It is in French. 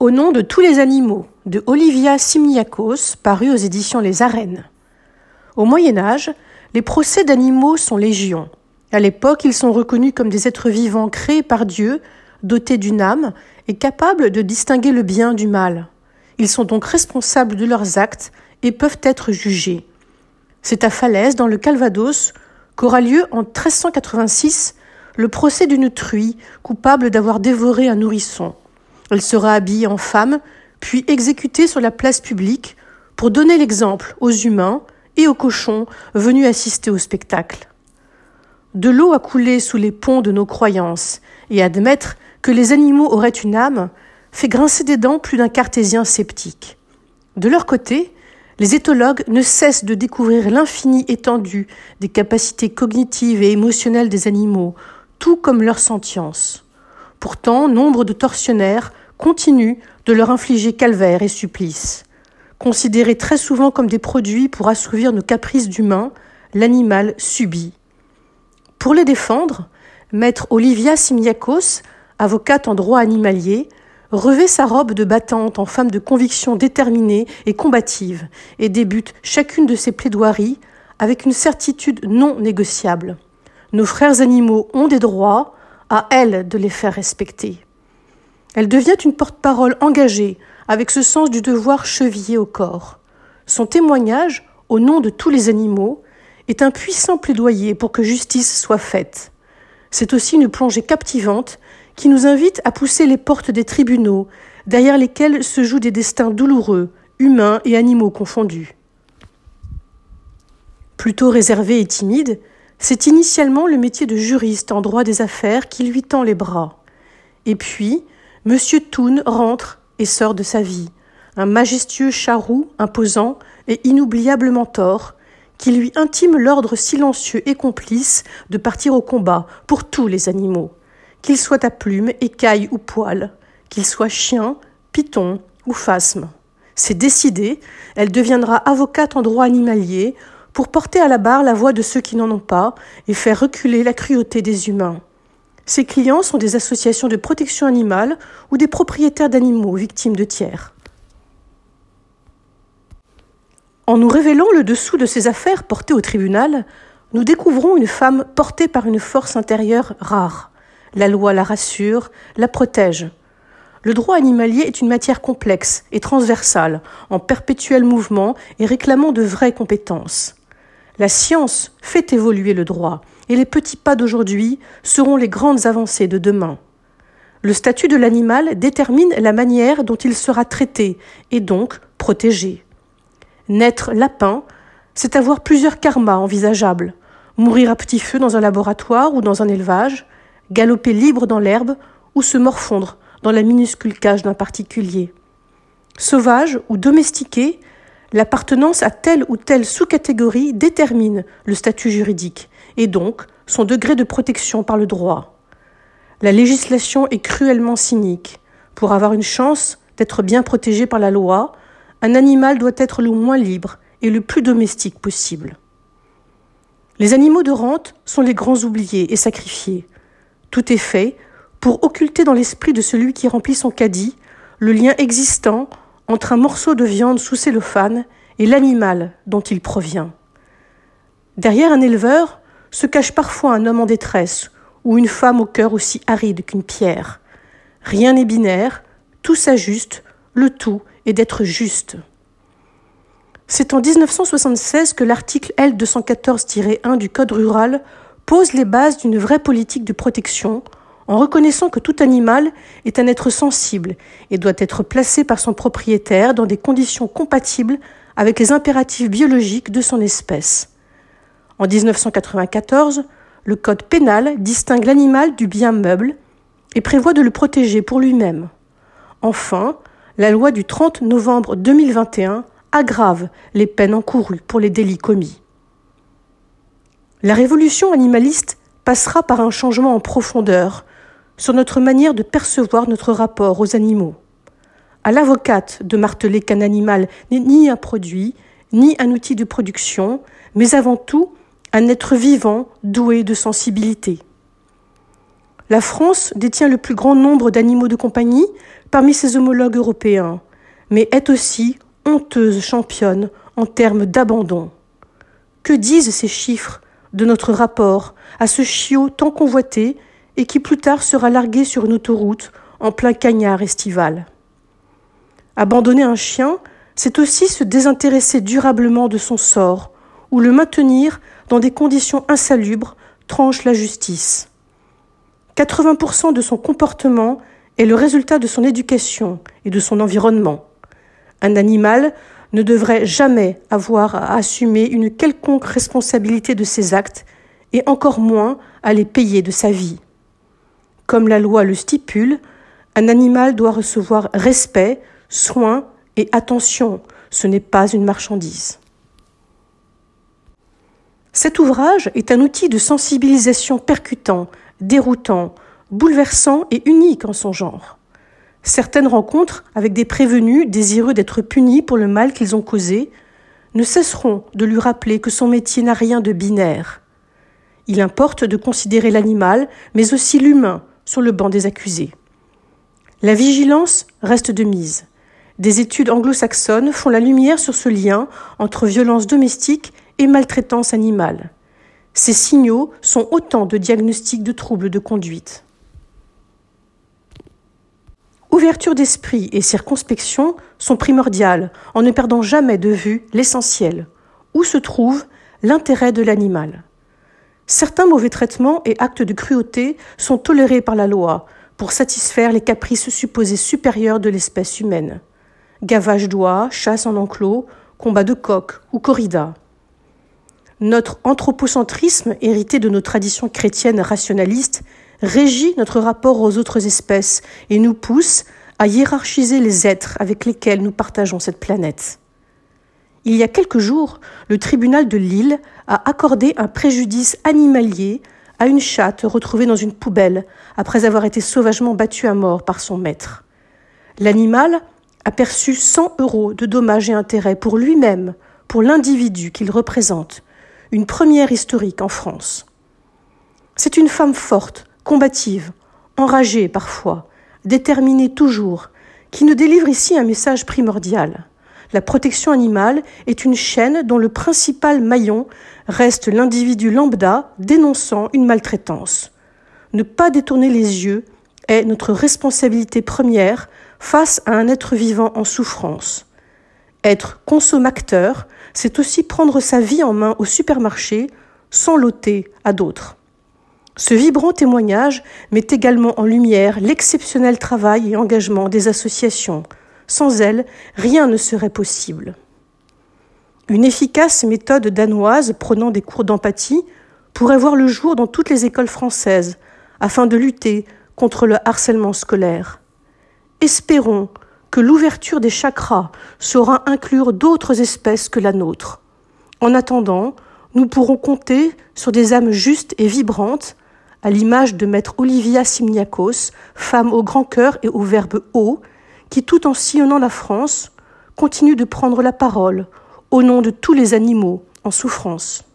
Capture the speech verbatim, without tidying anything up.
Au nom de tous les animaux, de Olivia Simniakos, paru aux éditions Les Arènes. Au Moyen-Âge, les procès d'animaux sont légion. À l'époque, ils sont reconnus comme des êtres vivants créés par Dieu, dotés d'une âme et capables de distinguer le bien du mal. Ils sont donc responsables de leurs actes et peuvent être jugés. C'est à Falaise, dans le Calvados, qu'aura lieu en treize cent quatre-vingt-six le procès d'une truie coupable d'avoir dévoré un nourrisson. Elle sera habillée en femme, puis exécutée sur la place publique pour donner l'exemple aux humains et aux cochons venus assister au spectacle. De l'eau a coulé sous les ponts de nos croyances, et admettre que les animaux auraient une âme fait grincer des dents plus d'un cartésien sceptique. De leur côté, les éthologues ne cessent de découvrir l'infinie étendue des capacités cognitives et émotionnelles des animaux, tout comme leur sentience. Pourtant, nombre de tortionnaires continuent de leur infliger calvaire et supplice. Considérés très souvent comme des produits pour assouvir nos caprices d'humains, l'animal subit. Pour les défendre, maître Olivia Simniakos, avocate en droit animalier, revêt sa robe de battante en femme de conviction déterminée et combative et débute chacune de ses plaidoiries avec une certitude non négociable. Nos frères animaux ont des droits, à elle de les faire respecter. Elle devient une porte-parole engagée, avec ce sens du devoir chevillé au corps. Son témoignage, au nom de tous les animaux, est un puissant plaidoyer pour que justice soit faite. C'est aussi une plongée captivante qui nous invite à pousser les portes des tribunaux, derrière lesquels se jouent des destins douloureux, humains et animaux confondus. Plutôt réservé et timide, c'est initialement le métier de juriste en droit des affaires qui lui tend les bras. Et puis, Monsieur Toon rentre et sort de sa vie, un majestueux charroux imposant et inoubliable mentor, qui lui intime l'ordre silencieux et complice de partir au combat pour tous les animaux, qu'ils soient à plumes, écailles ou poils, qu'ils soient chiens, pitons ou phasmes. C'est décidé, elle deviendra avocate en droit animalier pour porter à la barre la voix de ceux qui n'en ont pas et faire reculer la cruauté des humains. Ses clients sont des associations de protection animale ou des propriétaires d'animaux victimes de tiers. En nous révélant le dessous de ces affaires portées au tribunal, nous découvrons une femme portée par une force intérieure rare. La loi la rassure, la protège. Le droit animalier est une matière complexe et transversale, en perpétuel mouvement et réclamant de vraies compétences. La science fait évoluer le droit, et les petits pas d'aujourd'hui seront les grandes avancées de demain. Le statut de l'animal détermine la manière dont il sera traité, et donc protégé. Naître lapin, c'est avoir plusieurs karmas envisageables. Mourir à petit feu dans un laboratoire ou dans un élevage, galoper libre dans l'herbe ou se morfondre dans la minuscule cage d'un particulier. Sauvage ou domestiqué, l'appartenance à telle ou telle sous-catégorie détermine le statut juridique et donc son degré de protection par le droit. La législation est cruellement cynique. Pour avoir une chance d'être bien protégé par la loi, un animal doit être le moins libre et le plus domestique possible. Les animaux de rente sont les grands oubliés et sacrifiés. Tout est fait pour occulter dans l'esprit de celui qui remplit son caddie le lien existant entre un morceau de viande sous cellophane et l'animal dont il provient. Derrière un éleveur se cache parfois un homme en détresse ou une femme au cœur aussi aride qu'une pierre. Rien n'est binaire, tout s'ajuste, le tout est d'être juste. C'est en dix-neuf cent soixante-seize que l'article L deux cent quatorze tiret un du Code rural pose les bases d'une vraie politique de protection en reconnaissant que tout animal est un être sensible et doit être placé par son propriétaire dans des conditions compatibles avec les impératifs biologiques de son espèce. En dix-neuf cent quatre-vingt-quatorze, le Code pénal distingue l'animal du bien meuble et prévoit de le protéger pour lui-même. Enfin, la loi du trente novembre deux mille vingt et un aggrave les peines encourues pour les délits commis. La révolution animaliste passera par un changement en profondeur sur notre manière de percevoir notre rapport aux animaux. À l'avocate de marteler qu'un animal n'est ni un produit, ni un outil de production, mais avant tout un être vivant doué de sensibilité. La France détient le plus grand nombre d'animaux de compagnie parmi ses homologues européens, mais est aussi honteuse championne en termes d'abandon. Que disent ces chiffres de notre rapport à ce chiot tant convoité et qui plus tard sera largué sur une autoroute en plein cagnard estival? Abandonner un chien, c'est aussi se désintéresser durablement de son sort ou le maintenir dans des conditions insalubres, tranche la justice. quatre-vingts pour cent de son comportement est le résultat de son éducation et de son environnement. Un animal ne devrait jamais avoir à assumer une quelconque responsabilité de ses actes et encore moins à les payer de sa vie. Comme la loi le stipule, un animal doit recevoir respect, soin et attention. Ce n'est pas une marchandise. Cet ouvrage est un outil de sensibilisation percutant, déroutant, bouleversant et unique en son genre. Certaines rencontres avec des prévenus désireux d'être punis pour le mal qu'ils ont causé ne cesseront de lui rappeler que son métier n'a rien de binaire. Il importe de considérer l'animal, mais aussi l'humain, sur le banc des accusés. La vigilance reste de mise. Des études anglo-saxonnes font la lumière sur ce lien entre violence domestique et maltraitance animale. Ces signaux sont autant de diagnostics de troubles de conduite. Ouverture d'esprit et circonspection sont primordiales en ne perdant jamais de vue l'essentiel, où se trouve l'intérêt de l'animal. Certains mauvais traitements et actes de cruauté sont tolérés par la loi pour satisfaire les caprices supposés supérieurs de l'espèce humaine. Gavage d'oies, chasse en enclos, combat de coqs ou corrida. Notre anthropocentrisme, hérité de nos traditions chrétiennes rationalistes, régit notre rapport aux autres espèces et nous pousse à hiérarchiser les êtres avec lesquels nous partageons cette planète. Il y a quelques jours, le tribunal de Lille a accordé un préjudice animalier à une chatte retrouvée dans une poubelle après avoir été sauvagement battue à mort par son maître. L'animal a perçu cent euros de dommages et intérêts pour lui-même, pour l'individu qu'il représente, une première historique en France. C'est une femme forte, combative, enragée parfois, déterminée toujours, qui nous délivre ici un message primordial. La protection animale est une chaîne dont le principal maillon reste l'individu lambda dénonçant une maltraitance. Ne pas détourner les yeux est notre responsabilité première face à un être vivant en souffrance. Être consommateur, c'est aussi prendre sa vie en main au supermarché sans l'ôter à d'autres. Ce vibrant témoignage met également en lumière l'exceptionnel travail et engagement des associations. Sans elles, rien ne serait possible. Une efficace méthode danoise prônant des cours d'empathie pourrait voir le jour dans toutes les écoles françaises afin de lutter contre le harcèlement scolaire. Espérons que l'ouverture des chakras saura inclure d'autres espèces que la nôtre. En attendant, nous pourrons compter sur des âmes justes et vibrantes, à l'image de maître Olivia Simniakos, femme au grand cœur et au verbe haut, qui, tout en sillonnant la France, continue de prendre la parole au nom de tous les animaux en souffrance.